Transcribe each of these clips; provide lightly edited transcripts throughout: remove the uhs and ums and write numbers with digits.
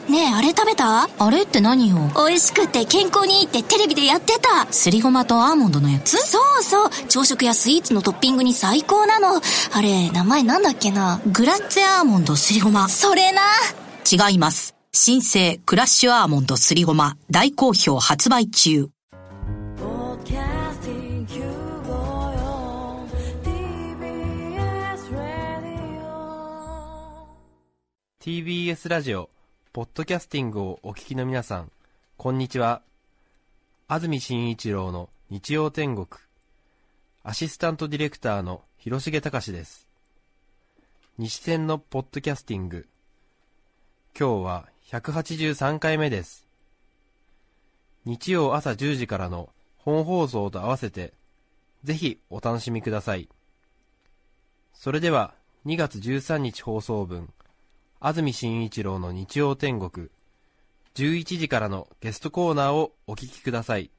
ねえ、あれ食べた？ あれって何よ？ 美味しくて健康にいいってテレビでやってた。 すりごまとアーモンドのやつ？ そうそう、朝食やスイーツのトッピングに最高なの。あれ、名前なんだっけな。 グラッツェアーモンドすりごま。 それな。 違います。新生クラッシュアーモンドすりごま、大好評発売中。 TBS ラジオポッドキャスティングをお聞きの皆さん、こんにちは。安住紳一郎の日曜天国、アシスタントディレクターの広重隆です。西天のポッドキャスティング、今日は183回目です。日曜朝10時からの本放送と合わせてぜひお楽しみください。それでは2月13日放送分、安住紳一郎の日曜天国、11時からのゲストコーナーをお聞きください。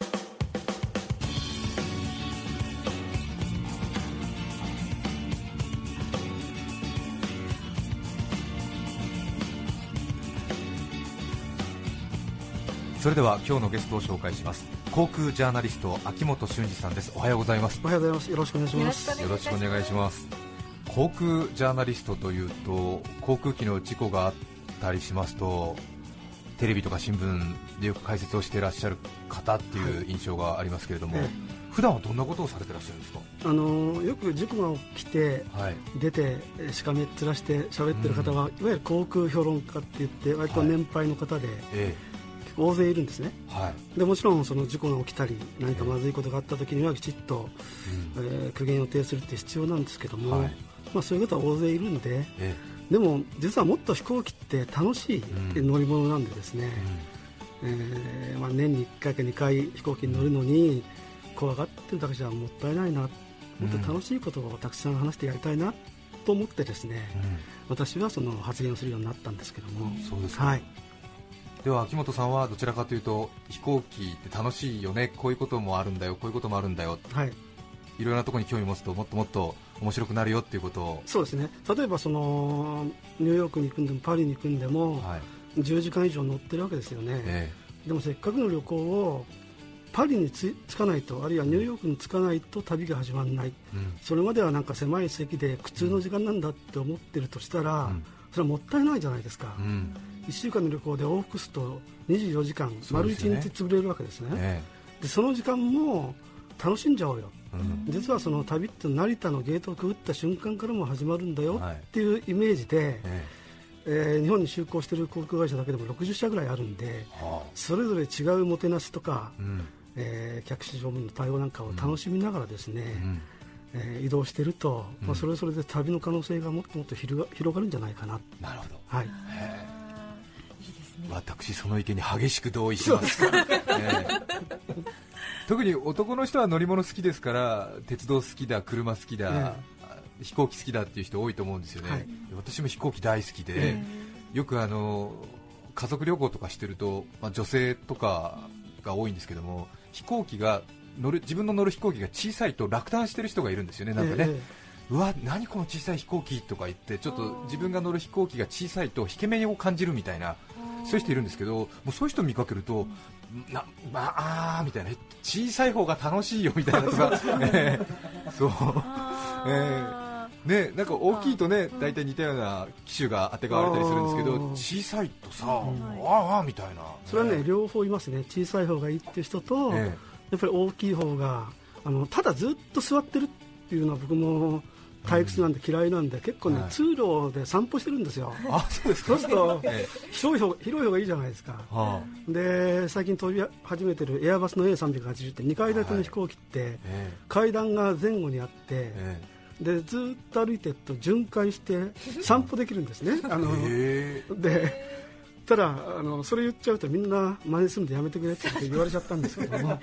それでは今日のゲストを紹介します。航空ジャーナリスト秋元俊二さんです。おはようございます。 おはようございます。よろしくお願いします。 よろしくお願いします。航空ジャーナリストというと、航空機の事故があったりしますとテレビとか新聞でよく解説をしていらっしゃる方っていう印象がありますけれども、普段はどんなことをされてらっしゃるんですか？ よく事故が起きて、出てしかめっ面して喋ってる方は、いわゆる航空評論家って言って割と年配の方で、結構大勢いるんですね。でもちろんその事故が起きたり何かまずいことがあった時にはきちっと、苦言を呈するって必要なんですけども、そういう方は大勢いるんで、でも実はもっと飛行機って楽しい乗り物なんでですね、年に1回か2回飛行機に乗るのに怖がってるだけじゃもったいないな、もっと楽しいことをたくさん話してやりたいなと思ってですね、私はその発言をするようになったんですけども。 そうですか。では秋元さんはどちらかというと、飛行機って楽しいよね、こういうこともあるんだよ、こういうこともあるんだよ、いろいろなところに興味を持つともっともっと面白くなるよっていうことを。 そうですね。例えばそのニューヨークに行くんでもパリに行くんでも、10時間以上乗ってるわけですよね。でもせっかくの旅行をパリに着かないと、あるいはニューヨークに着かないと旅が始まらない、それまではなんか狭い席で苦痛の時間なんだって思ってるとしたら、それはもったいないじゃないですか。1週間の旅行で往復すると24時間、丸1日潰れるわけですね。でその時間も楽しんじゃおうよ、実はその旅って成田のゲートをくぐった瞬間からも始まるんだよっていうイメージで、日本に就航している航空会社だけでも60社ぐらいあるんで、それぞれ違うもてなしとか、客室乗務員の対応なんかを楽しみながらですね、移動していると、それはそれで旅の可能性がもっともっと広がるんじゃないかな。 なるほど。私その意見に激しく同意します。特に男の人は乗り物好きですから、鉄道好きだ、車好きだ、飛行機好きだっていう人多いと思うんですよね。私も飛行機大好きで、よく家族旅行とかしてると、女性とかが多いんですけども、飛行機が自分の乗る飛行機が小さいと落胆してる人がいるんですよね。なんかね、うわ何この小さい飛行機とか言って、ちょっと自分が乗る飛行機が小さいと引け目を感じるみたいな、そういう人いるんですけど、もうそういう人見かけるとみたいな、小さい方が楽しいよみたいなとかそうね、なんか大きいとね、大体似たような機種があてがわれたりするんですけど、小さいとさ、みたいな。 それはね、両方いますね。小さい方がいいっていう人と、やっぱり大きい方がただずっと座ってるっていうのは僕も退屈なんで嫌いなんで、結構ね、通路で散歩してるんですよ。そうすると、広い方がいいじゃないですか。で最近飛び始めてるエアバスの A380 って2階建ての飛行機って、階段が前後にあって、でずっと歩いてると巡回して散歩できるんですね。でただそれ言っちゃうとみんな真似するんでやめてくれって言われちゃったんですけども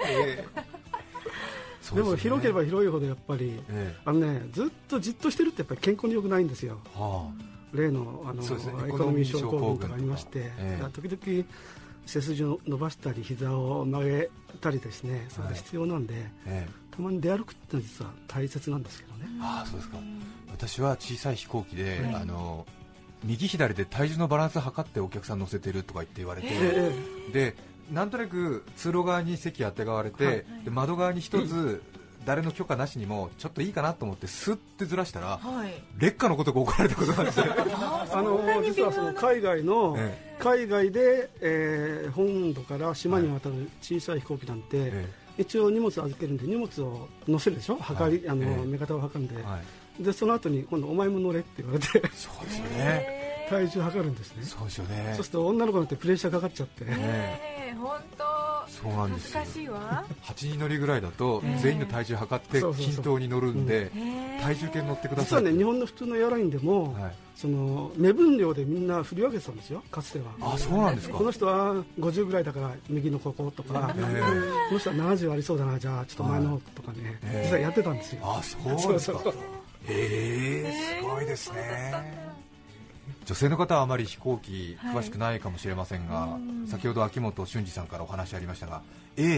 でも広ければ広いほどやっぱり、ずっとじっとしてるってやっぱり健康に良くないんですよ。例のエコノミー症候群とかありまして、時々背筋を伸ばしたり膝を曲げたりですね、それが必要なんで、たまに出歩くってのは実は大切なんですけどね。 そうですか。私は小さい飛行機で、 右左で体重のバランス測ってお客さん乗せてるとか言われて、でなんとなく通路側に席あてがわれて、で窓側に一つ誰の許可なしにもちょっといいかなと思ってスッてずらしたら、劣化のことが怒られたことなんですね。 実はその海外で、本土から島に渡る小さい飛行機なんて、一応荷物預けるんで荷物を乗せるでしょ、目方を測るんで、でその後に今度お前も乗れって言われて、 そうですよね、 体重測るんですね。 そうですよね。 そうすると女の子なんてプレッシャーかかっちゃって、 本当そうなんですよ。 恥ずかしいわ。 8人乗りぐらいだと全員の体重測って均等に乗るんで、体重計乗ってください。 実はね、日本の普通のエアラインでも、その目分量でみんな振り分けてたんですよ、かつては。 あ、そうなんですか。 この人は50ぐらいだから右のこことか、この人は70ありそうだな、じゃあちょっと前の方とかね、実はやってたんですよ。 あ、そうですか。すごいですね。女性の方はあまり飛行機詳しくないかもしれませんが、先ほど秋元俊二さんからお話ありましたが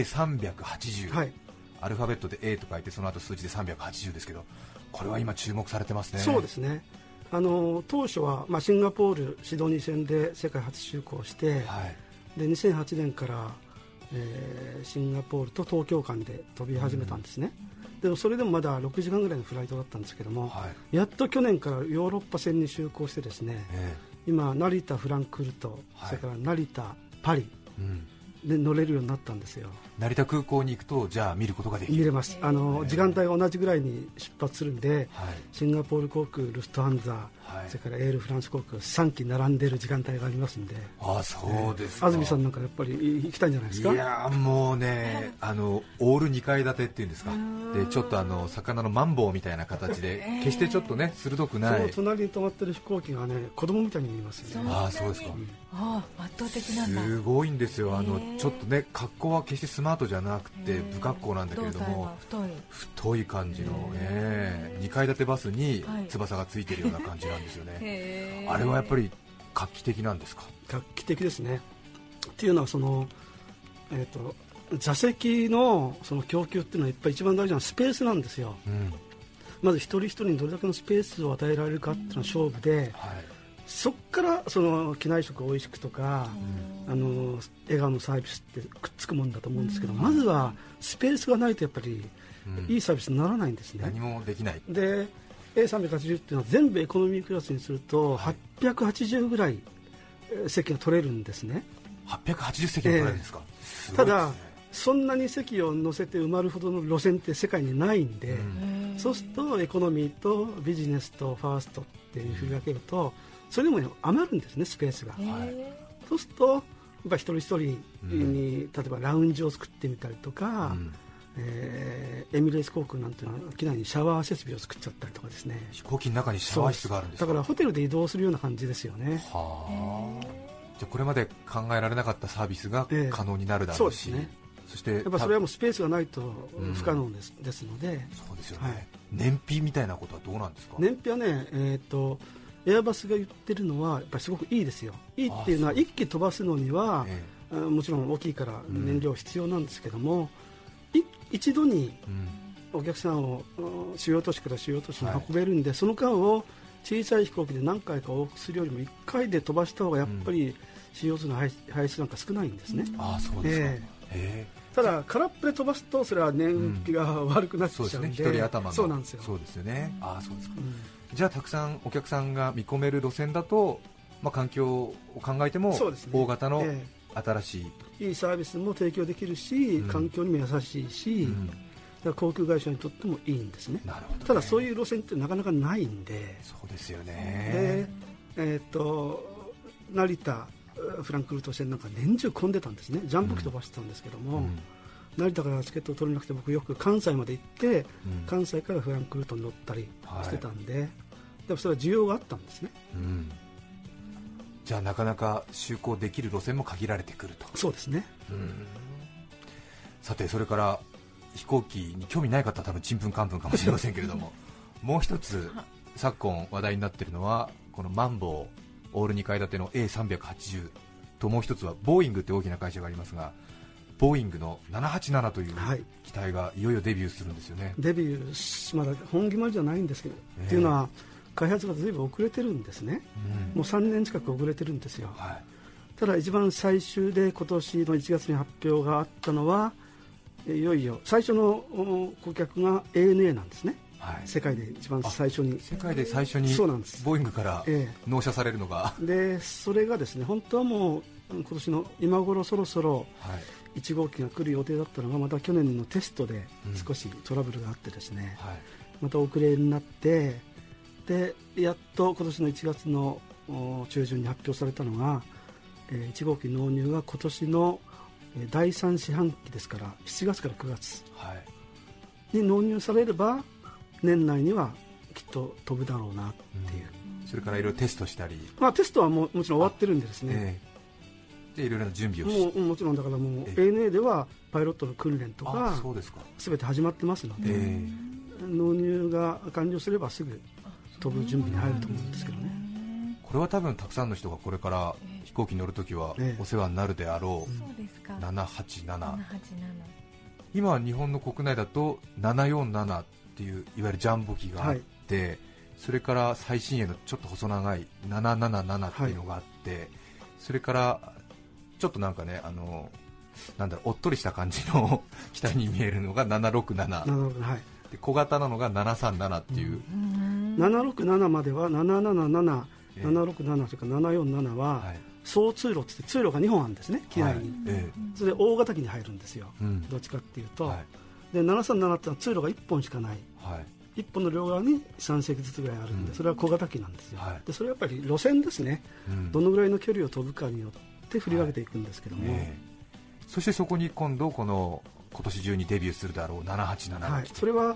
A380、アルファベットで A と書いてその後数字で380ですけど、これは今注目されてますね。 そうですね。当初は、シンガポールシドニー線で世界初就航して、で2008年から、シンガポールと東京間で飛び始めたんですね。でもそれでもまだ6時間ぐらいのフライトだったんですけども、やっと去年からヨーロッパ線に就航してですね、今成田、フランクフルト、それから成田、パリで乗れるようになったんですよ。 成田空港に行くとじゃあ見ることができる。 見れます。時間帯が同じぐらいに出発するんで、シンガポール航空、ルフトハンザ、それからエールフランス航空3機並んでる時間帯がありますんで。 あ、そうですか。 安住さんなんかやっぱり行きたいんじゃないですか。 いやもうね、オール2階建てっていうんですか、でちょっと魚のマンボウみたいな形で、決してちょっとね鋭くない、 その隣に止まってる飛行機がね、子供みたいに見えますよね。 あ、そうですか。 圧倒的なんだ。 すごいんですよ。ちょっとね、格好は決してスマートじゃなくて不格好なんだけれども、太い感じのね、2階建てバスに翼がついてるような感じなんですよね。あれはやっぱり画期的なんですか。 画期的ですね。っていうのはその、座席のその供給っていうのはやっぱり一番大事なスペースなんですよ。まず一人一人にどれだけのスペースを与えられるかっていうのは勝負で、そこからその機内食をおいしくとか、笑顔のサービスってくっつくもんだと思うんですけど、まずはスペースがないとやっぱりいいサービスにならないんですね。 何もできない。で A380 っていうのは全部エコノミークラスにすると880ぐらい席が取れるんですね。 880席も取れるんですか。 ただそんなに席を乗せて埋まるほどの路線って世界にないんで、そうするとエコノミーとビジネスとファーストっていうふうに分けると、それでも余るんですね、スペースが。そうするとやっぱ一人一人に、例えばラウンジを作ってみたりとか、エミレーツ航空なんていうのは機内にシャワー設備を作っちゃったりとかですね。 飛行機の中にシャワー室があるんですか。 だからホテルで移動するような感じですよね。 じゃあこれまで考えられなかったサービスが可能になるだろうし、 そうですね。 そしてやっぱそれはもうスペースがないと不可能ですので。 そうですよね。燃費みたいなことはどうなんですか。 燃費はね、エアバスが言ってるのはやっぱりすごくいいですよ。いいっていうのは1機飛ばすのには、もちろん大きいから燃料必要なんですけども、一度にお客さんを主要都市から主要都市に運べるんで、その間を小さい飛行機で何回か往復するよりも1回で飛ばした方がやっぱり CO2 の排出なんか少ないんですね。 そうですか。 ただ空っぽで飛ばすとそれは燃費が悪くなっちゃうんで、 そうですね、一人頭の。 そうなんですよ。 そうですよね。そうですか。じゃあたくさんお客さんが見込める路線だと、環境を考えても大型の新しいいいサービスも提供できるし、環境にも優しいし、航空会社にとってもいいんですね。 なるほどね。 ただそういう路線ってなかなかないんで。 そうですよね。 成田フランクフルト線なんか年中混んでたんですね。ジャンボ機飛ばしてたんですけども、成田からチケットを取れなくて、僕よく関西まで行って、関西からフランクフルトに乗ったりしてたんで、でもそれは需要があったんですね。 じゃあなかなか就航できる路線も限られてくると。 そうですね。 さて、それから飛行機に興味ない方は多分ちんぷんかんぷんかもしれませんけれどももう一つ昨今話題になっているのはこのマンボウオール2階建ての A380 と、もう一つはボーイングって大きな会社がありますが、ボーイングの787という機体がいよいよデビューするんですよね。 デビューまだ本決まりじゃないんですけど、っていうのは開発がずいぶん遅れてるんですね、もう3年近く遅れてるんですよ、 はい、 ただ一番最終で今年の1月に発表があったのはいよいよ最初の顧客が ANA なんですね、はい、世界で一番最初にそうなんです、 ボーイングから納車されるのが、 でそれがですね本当はもう今年の今頃そろそろ1号機が来る予定だったのがまた去年のテストで少しトラブルがあってですね、はい、また遅れになってでやっと今年の1月の中旬に発表されたのが、1号機納入が今年の第3四半期ですから7月から9月に納入されれば年内にはきっと飛ぶだろうなっていう、 それからいろいろテストしたり、 テストはもちろん終わってるんでですね、 でいろいろな準備をしてもちろんだからもう ANA ではパイロットの訓練とか全て始まってますので、納入が完了すればすぐ飛ぶ準備に入ると思うんですけどね。 これは多分たくさんの人がこれから飛行機に乗るときはお世話になるであろう、787、今日本の国内だと747っていういわゆるジャンボ機があって、はい、それから最新鋭のちょっと細長い777っていうのがあって、はい、それからちょっとなんかねなんだろうおっとりした感じの機体に見えるのが767、はい、で小型なのが737っていう、 767までは777、767それから747は、はい、総通路って通路が2本あるんですね、機内に、それで大型機に入るんですよ、どっちかっていうと、はい、で737ってのは通路が1本しかない、はい、1本の両側に3隻ずつぐらいあるんで、それは小型機なんですよ、はい、でそれはやっぱり路線ですね、どのぐらいの距離を飛ぶかによって振り分けていくんですけども、 そしてそこに今度今年中にデビューするだろう787が、 はい、それは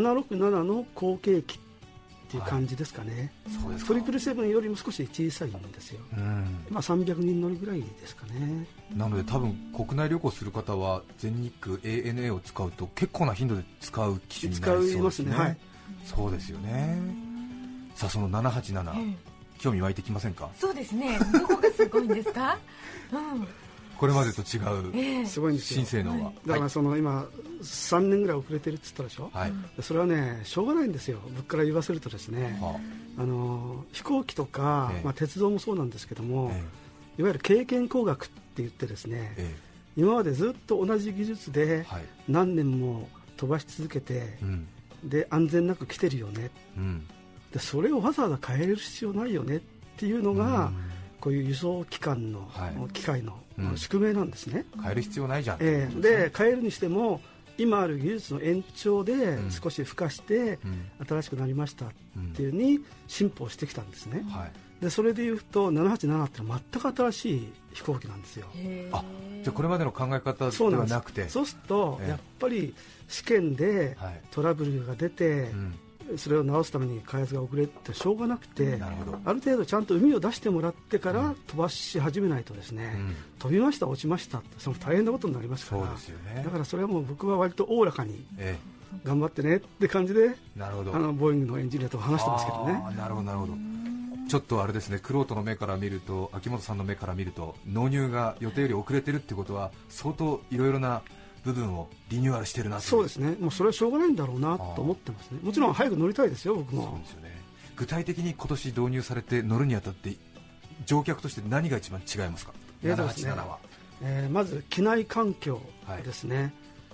767の後継機っていう感じですかね、はい、トリプル7よりも少し小さいんですよ、300人乗るぐらいですかね。 なので多分国内旅行する方は全日空 ANA を使うと結構な頻度で使う機種になりそうですね。使いますね、はい、そうですよね。さあその787、興味湧いてきませんか？ そうですね、どこがすごいんですか？ これまでと違うすごいんですよ、 新性能は。 だから今3年ぐらい遅れてるって言ったでしょ、はい、それはねしょうがないんですよ。僕から言わせるとですね、飛行機とか、鉄道もそうなんですけども、いわゆる経験工学って言ってですね、今までずっと同じ技術で何年も飛ばし続けて、で安全なく来てるよね、でそれをわざわざ変える必要ないよねっていうのが、こういう輸送機関の、機械の宿命なんですね。 変える必要ないじゃん、 で変えるにしても今ある技術の延長で少し付加して新しくなりましたっていうに進歩してきたんですね、でそれでいうと787ってのは全く新しい飛行機なんですよ。 あ、じゃあこれまでの考え方ではなくて、 そうするとやっぱり試験でトラブルが出て、それを直すために開発が遅れてしょうがなくて、ある程度ちゃんと海を出してもらってから飛ばし始めないとですね、飛びました落ちましたってその大変なことになりますから、そうですよね、だからそれはもう僕は割とおおらかに、頑張ってねって感じで、ボーイングのエンジニアと話してますけどね。 なるほどなるほど。ちょっとあれですね、玄人の目から見ると、秋元さんの目から見ると、納入が予定より遅れてるってことは相当いろいろな部分をリニューアルしてるなと。 そうですね、もうそれはしょうがないんだろうなと思ってますね。もちろん早く乗りたいですよ、僕も。 そうですよね。具体的に今年導入されて乗るにあたって乗客として何が一番違いますか？787は、 まず機内環境ですね、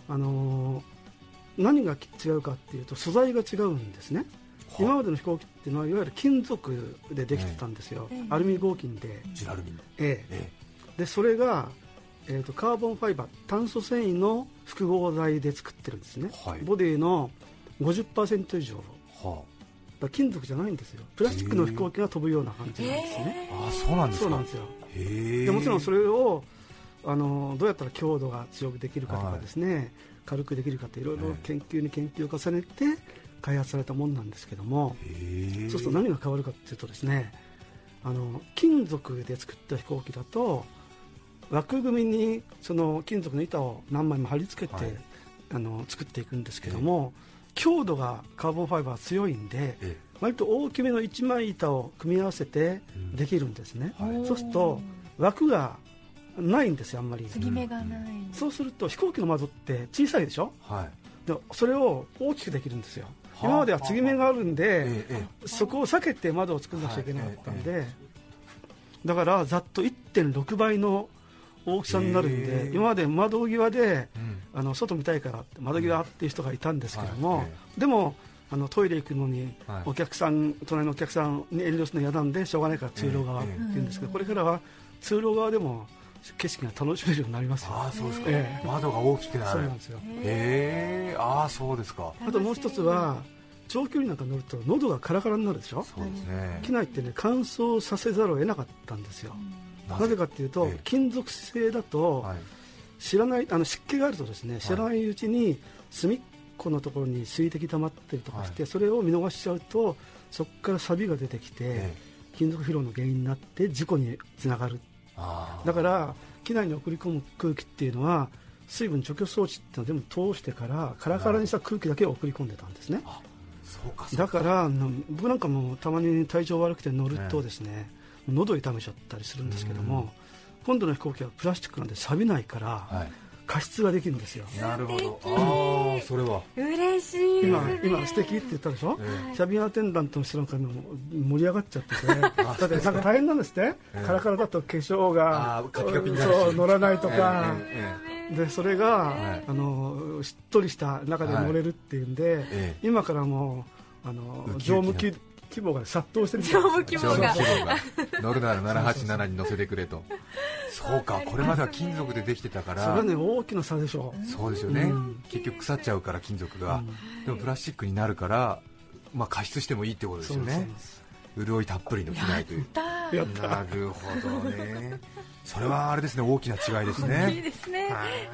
何が違うかっていうと素材が違うんですね。今までの飛行機っていうのはいわゆる金属でできてたんですよ、アルミ合金で、 ジュラルミン、 でそれがカーボンファイバー、炭素繊維の複合材で作ってるんですね、ボディの 50% 以上、だ金属じゃないんですよ。プラスチックの飛行機が飛ぶような感じなんですね。 あ、そうなんですか。 そうなんですよ。でもちろんそれをどうやったら強度が強くできるかとかですね、軽くできるかっていろいろ研究に研究を重ねて開発されたものなんですけども、そうすると何が変わるかっていうとですね、金属で作った飛行機だと枠組みにその金属の板を何枚も貼り付けて、作っていくんですけども、強度がカーボンファイバー強いんで、割と大きめの1枚板を組み合わせてできるんですね、そうすると枠がないんですよ、あんまり継ぎ目がない、 そうすると飛行機の窓って小さいでしょ、でそれを大きくできるんですよ。 今までは継ぎ目があるんで、そこを避けて窓を作らなくちゃいけなかったんで、だからざっと 1.6 倍の大きさになるんで、今まで窓際で、外見たいからって窓際っていう人がいたんですけども、でもトイレ行くのにお客さん、隣のお客さんに遠慮するの嫌なんでしょうがないから通路側って言うんですけど、これからは通路側でも景色が楽しめるようになりますよ。 そうですか、窓が大きくなる。 そうなんですよ。 そうですか。 あともう一つは長距離なんか乗ると喉がカラカラになるでしょ。 そうですね。 機内ってね、乾燥させざるを得なかったんですよ。なぜかっていうと、金属製だと、知らない湿気があるとですね、知らないうちに隅っこのところに水滴溜まったりとかして、それを見逃しちゃうとそこから錆が出てきて、金属疲労の原因になって事故につながる。だから機内に送り込む空気っていうのは水分除去装置っていうのを全部通してからカラカラにした空気だけを送り込んでたんですね。だから僕なんかもたまに体調悪くて乗るとですね、喉痛めちゃったりするんですけども、今度の飛行機はプラスチックなんで錆びないから、加湿ができるんですよ。 なるほど。それは嬉しいですね。 今素敵って言ったでしょ。キャビンアテンダントの人なんかも盛り上がっちゃってて、だってなんか大変なんですって、カラカラだと化粧が乗らないとかで、それがしっとりした中で乗れるっていうんで、今からも乗務規模が殺到してる。 乗務規模が乗るなら787に乗せてくれと。そうか、これまでは金属でできてたから。 それはね、大きな差でしょ。 そうですよね、結局腐っちゃうから金属が、でもプラスチックになるから、加湿してもいいってことですよね。潤いたっぷりの機内という。なるほどね。それはあれですね、大きな違いですね。 大きいですね。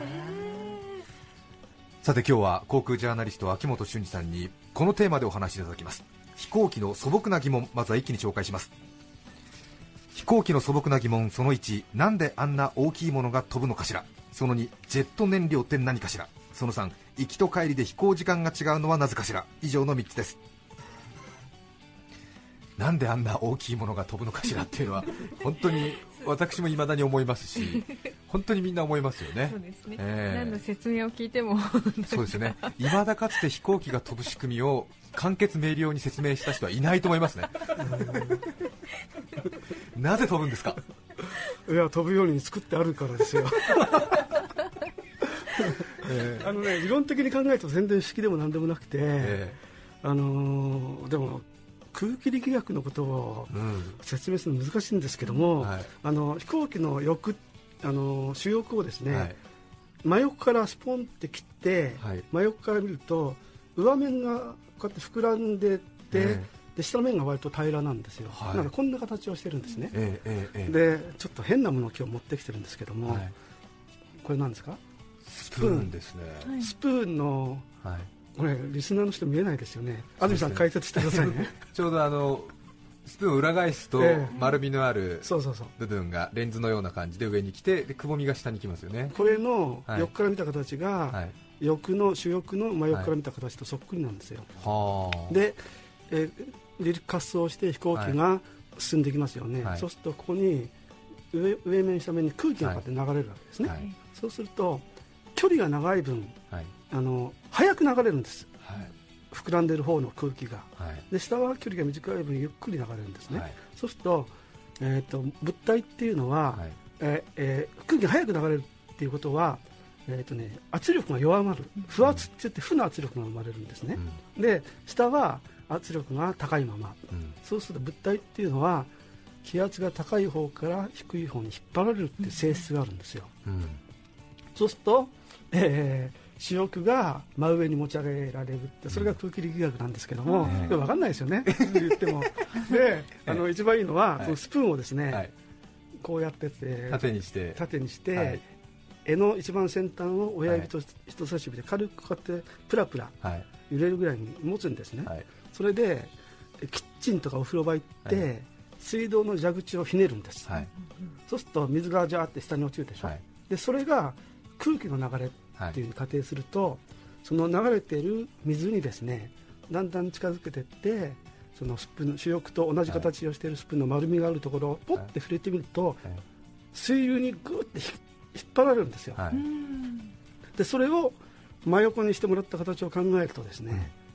さて今日は航空ジャーナリスト秋元俊二さんにこのテーマでお話しいただきます。飛行機の素朴な疑問、まずは一気に紹介します。飛行機の素朴な疑問その1、なんであんな大きいものが飛ぶのかしら。その2、ジェット燃料って何かしら。その3、行きと帰りで飛行時間が違うのはなぜかしら。以上の3つです。なんであんな大きいものが飛ぶのかしらっていうのは本当に私も未だに思いますし、本当にみんな思いますよね。 そうですね、何の説明を聞いてもそうですよね。未だかつて飛行機が飛ぶ仕組みを簡潔明瞭に説明した人はいないと思いますね。なぜ飛ぶんですか。 いや、飛ぶように作ってあるからですよ。理論的に考えると全然式でも何でもなくて、でも空気力学のことを説明するの難しいんですけども、飛行機の主翼をですね、真横からスポンって切って、真横から見ると上面がこうやって膨らんでて、で下の面が割と平らなんですよ。なんかこんな形をしてるんですね。でちょっと変なものを今日持ってきてるんですけども、これなんですか。 スプーンですね。 スプーンの、これリスナーの人見えないですよね。安住さん解説してくださいね。 ちょうどスプーンを裏返すと丸みのある部分がレンズのような感じで上に来て、でくぼみが下に来ますよね。これの横から見た形が、主翼の真横から見た形とそっくりなんですよ。で、離陸滑走して飛行機が進んでいきますよね。そうするとここに上面下面に空気がこうやって流れるわけですね。そうすると距離が長い分、早く流れるんです、膨らんでいる方の空気が、で下は距離が短い分ゆっくり流れるんですね。そうすると、物体っていうのは、空気が早く流れるっていうことは、圧力が弱まる、負圧って言って負の圧力が生まれるんですね。で下は圧力が高いまま、そうすると物体っていうのは気圧が高い方から低い方に引っ張られるっていう性質があるんですよ。そうすると、主翼が真上に持ち上げられるって、それが空気力学なんですけども、でも分かんないですよね。言ってもで一番いいのは、このスプーンをですね、こうやって縦にして柄の一番先端を親指と人差し指で軽くこうやってプラプラ揺れるぐらいに持つんですね。それでキッチンとかお風呂場行って、水道の蛇口をひねるんです。そうすると水がジャーって下に落ちるでしょ。でそれが空気の流れっていう仮定すると、その流れている水にですね、だんだん近づけていって、そのスプーン、主翼と同じ形をしているスプーンの丸みがあるところをポッて触れてみると、水流にグーって引っ張られるんですよ。でそれを真横にしてもらった形を考えるとですね、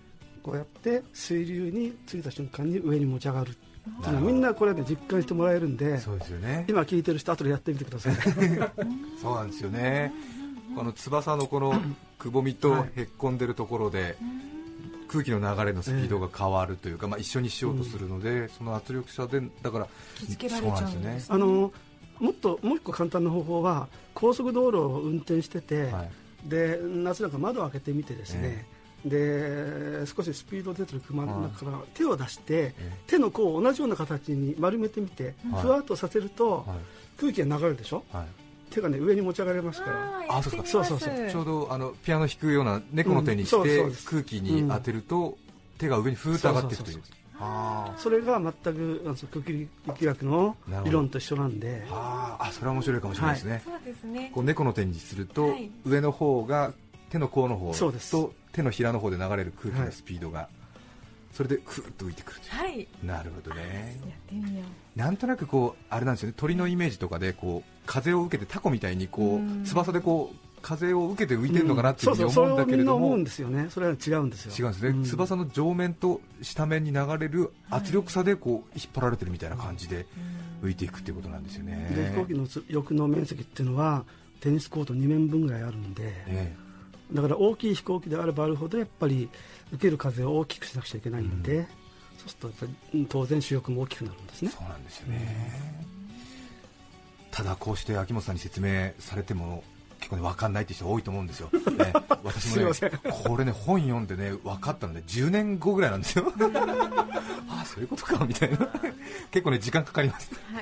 こうやって水流についた瞬間に上に持ち上がるっていうのはみんなこれで実感してもらえるんで、 そうですよね、 今聞いてる人後でやってみてくださいそうなんですよね。この翼のこのくぼみとへっこんでるところで空気の流れのスピードが変わるというか、一緒にしようとするので、その圧力差でだから気付けられちゃうんですね。もう一個簡単な方法は、高速道路を運転してて、で夏なんか窓を開けてみてですね、で少しスピード出てる車の中から手を出して、手の甲を同じような形に丸めてみて、ふわっとさせると、空気が流れるでしょ、手がね上に持ち上がれますから。 そうですか。そうちょうどピアノ弾くような猫の手にして空気に当てると、手が上にふーっと上がっていくという。 それが全く空気力学の理論と一緒なんで、 それは面白いかもしれないですね。 そうですね。 こう猫の手にすると、上の方が手の甲の方と手のひらの方で流れる空気のスピードが、それでふーっと浮いてくるという、なるほどね。 やってみよう。 なんとなくこうあれなんですよね、鳥のイメージとかでこう風を受けてタコみたいにこう翼でこう風を受けて浮いてるのかなっていうふうに思うんだけれども、 思うんですよね。それは違うんですよ。 違うんですね、翼の上面と下面に流れる圧力差でこう引っ張られてるみたいな感じで浮いていくっていうことなんですよね。 で飛行機の翼の面積っていうのはテニスコート2面分ぐらいあるんで、だから大きい飛行機であればあるほどやっぱり受ける風を大きくしなくちゃいけないんで、そうするとやっぱり当然主翼も大きくなるんですね。 そうなんですよね。ただこうして秋元さんに説明されても結構ね分かんないって人多いと思うんですよ、私もねこれね本読んでね分かったので10年後ぐらいなんですよそういうことかみたいな結構ね時間かかります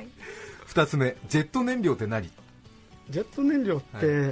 、2つ目、ジェット燃料って何？ ジェット燃料って、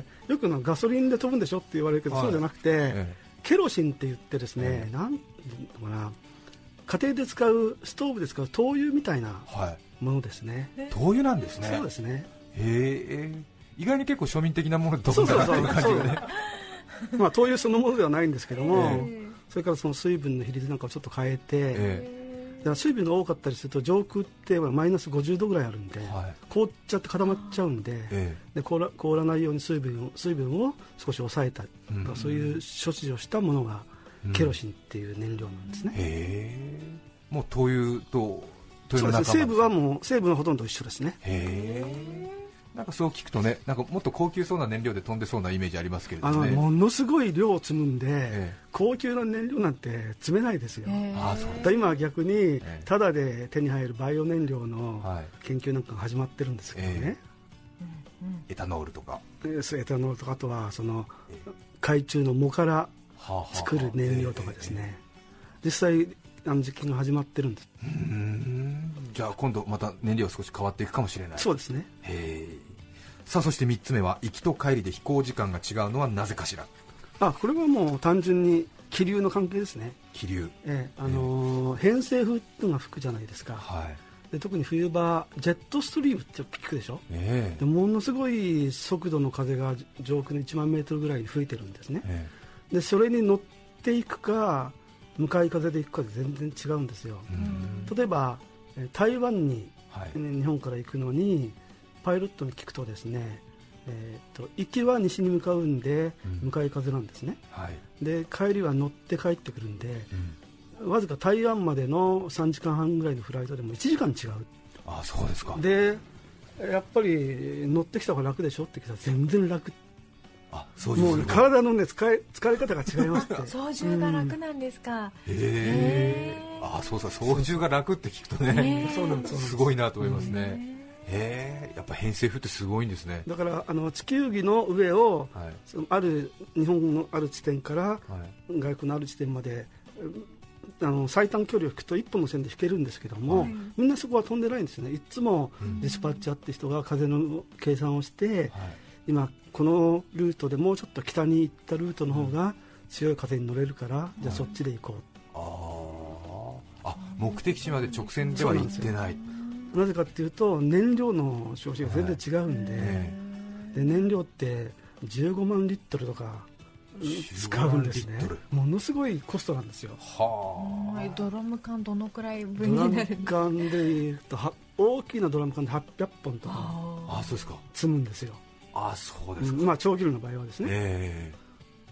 よくガソリンで飛ぶんでしょって言われるけど、そうじゃなくて、ケロシンって言ってですね、なんていうのかな、家庭で使うストーブで使う灯油みたいなものですね。 灯油なんですね。 そうですね。 意外に結構庶民的なもので飛ぶんだなっていう感じがね灯油そのものではないんですけども、それからその水分の比率なんかをちょっと変えて、だから水分が多かったりすると上空ってマイナス50度ぐらいあるんで、凍っちゃって固まっちゃうんで、凍らないように水分を少し抑えた、そういう処置をしたものがケロシンっていう燃料なんですね。 もう灯油とそうですね、成分はほとんど一緒ですね。 なんかそう聞くとね、なんかもっと高級そうな燃料で飛んでそうなイメージありますけれどもね。 ものすごい量を積むんで、高級な燃料なんて積めないですよ。今は逆にタダで手に入るバイオ燃料の研究なんかが始まってるんですけどね、 エタノールとか、 エタノールとか、あとはその海中の藻から作る燃料とかですね、実際実験が始まってるんです。 じゃあ今度また燃料少し変わっていくかもしれない。 そうですね。 さあそして3つ目は、行きと帰りで飛行時間が違うのはなぜかしら。 これはもう単純に気流の関係ですね。 気流、 偏西風っていうのが吹くじゃないですか、で特に冬場ジェットストリームって聞くでしょ、でものすごい速度の風が上空の1万メートルぐらいに吹いてるんですね、でそれに乗っていくか向かい風で行くかで全然違うんですよ。例えば台湾に、日本から行くのにパイロットに聞くとですね、行きは西に向かうんで向かい風なんですね、で帰りは乗って帰ってくるんで、わずか台湾までの3時間半ぐらいのフライトでも1時間違う。 そうですか。 でやっぱり乗ってきた方が楽でしょって聞いたら全然楽。もう体の、疲れ方が違いますって操縦が楽なんですか。 そうさ、操縦が楽って聞くとね、すごいなと思いますね。やっぱ偏西風ってすごいんですね。 だから地球儀の上を、日本のある地点から、外国のある地点まで最短距離を引くと1本の線で引けるんですけども、みんなそこは飛んでないんですね。いつもディスパッチャーって人が風の計算をして、今このルートでもうちょっと北に行ったルートの方が強い風に乗れるから、じゃあそっちで行こう。目的地まで直線では行ってない。 なぜかっていうと燃料の消費が全然違うんで、燃料って15万リットルとか使うんですね。ものすごいコストなんですよ。 ドラム缶どのくらい分になるんですか？ ドラム缶でいうと大きなドラム缶で800本とか積むんですよ。 そうですか。 長距離の場合はですね。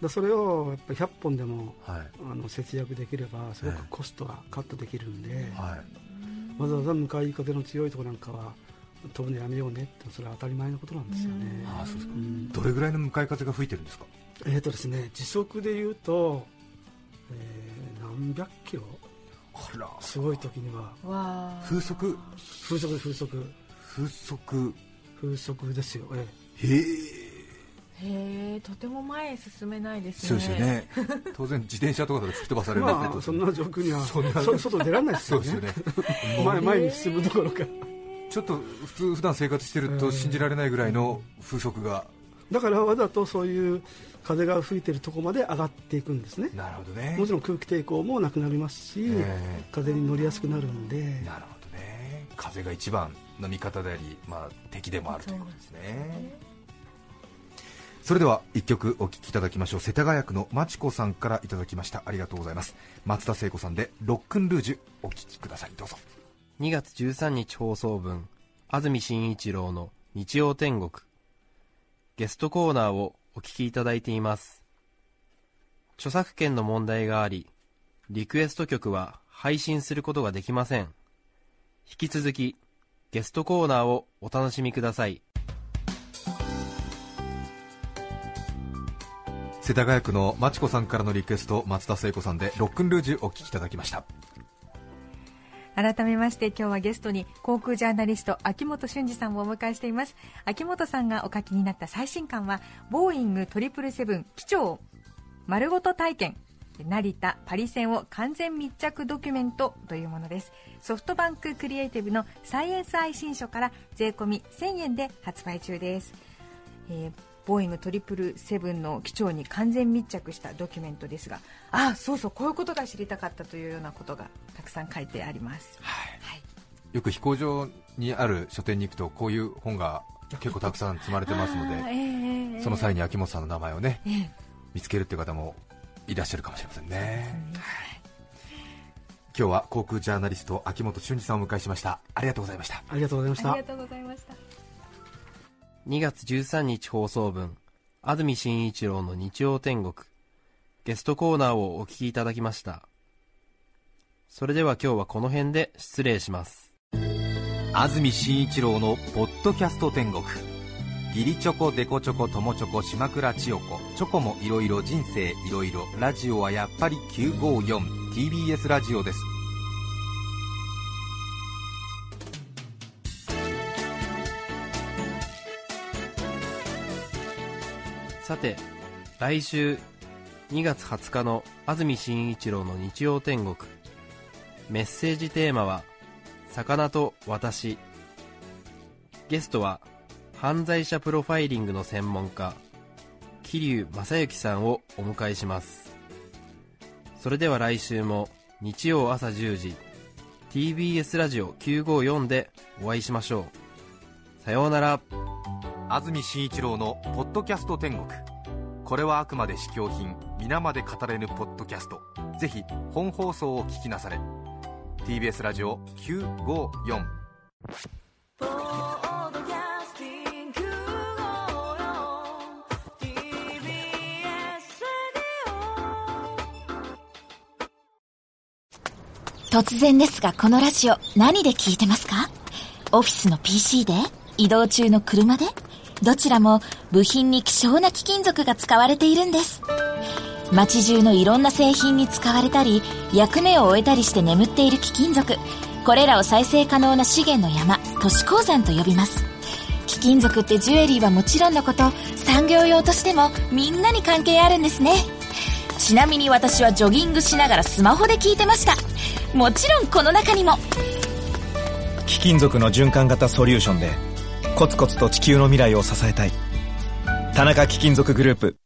それをやっぱり100本でも、節約できればすごくコストがカットできるんで、わざわざ向かい風の強いところなんかは飛ぶのやめようねって、それは当たり前のことなんですよね。 そうですか。どれぐらいの向かい風が吹いてるんですか？ ですね、時速でいうと、何百キロ、すごい時には風速ですよ。 とても前へ進めないですね。 そうですよね。当然自転車とかで吹き飛ばされるんで、 そんな上空には外出られないですよね。そうですよね。前に進むどころか、 ちょっと普段生活してると信じられないぐらいの風速が、 だからわざとそういう風が吹いてるところまで上がっていくんですね。 なるほどね。 もちろん空気抵抗もなくなりますし、風に乗りやすくなるんで。 なるほどね。風が一番の味方であり、敵でもあるということですね。それでは一曲お聴きいただきましょう。世田谷区のまちこさんからいただきました。ありがとうございます。松田聖子さんでロックンルージュ、お聴きください。どうぞ。 2月13日放送分、安住紳一郎の日曜天国。ゲストコーナーをお聞きいただいています。著作権の問題があり、リクエスト曲は配信することができません。引き続きゲストコーナーをお楽しみください。 世田谷区のまちこさんからのリクエスト、松田聖子さんでロックンルージュお聴きいただきました。 改めまして今日はゲストに航空ジャーナリスト秋元俊二さんをお迎えしています。秋元さんがお書きになった最新刊はボーイング777機長丸ごと体験成田パリ線を完全密着ドキュメントというものです。ソフトバンククリエイティブのサイエンス愛新書から税込み1000円で発売中です。ボーイング777の機長に完全密着したドキュメントですが、そうそう、こういうことが知りたかったというようなことがたくさん書いてあります。 よく飛行場にある書店に行くとこういう本が結構たくさん積まれてますので、その際に秋元さんの名前をね、見つけるっていう方もいらっしゃるかもしれませんね。今日は航空ジャーナリスト秋元俊二さんをお迎えしました。ありがとうございました。 ありがとうございました。 ありがとうございました。 2月13日放送分、安住紳一郎の日曜天国。ゲストコーナーをお聞きいただきました。それでは今日はこの辺で失礼します。 安住紳一郎のポッドキャスト天国。ギリチョコデコチョコ友チョコ島倉千代子、チョコもいろいろ人生いろいろ、ラジオはやっぱり 954TBS ラジオです。 さて、来週2月20日の安住紳一郎の日曜天国、メッセージテーマは魚と私。ゲストは犯罪者プロファイリングの専門家、桐生正幸さんをお迎えします。それでは来週も日曜朝10時 TBS ラジオ954でお会いしましょう。さようなら。 安住紳一郎のポッドキャスト天国。これはあくまで試供品、皆まで語れぬポッドキャスト。ぜひ本放送を聞きなされ。 TBS ラジオ954。 突然ですが、このラジオ何で聞いてますか？オフィスの PC で？移動中の車で？どちらも部品に希少な貴金属が使われているんです。街中のいろんな製品に使われたり、役目を終えたりして眠っている貴金属。これらを再生可能な資源の山、都市鉱山と呼びます。貴金属ってジュエリーはもちろんのこと、産業用としてもみんなに関係あるんですね。ちなみに私はジョギングしながらスマホで聞いてました。もちろんこの中にも貴金属の循環型ソリューションでコツコツと地球の未来を支えたい。田中貴金属グループ。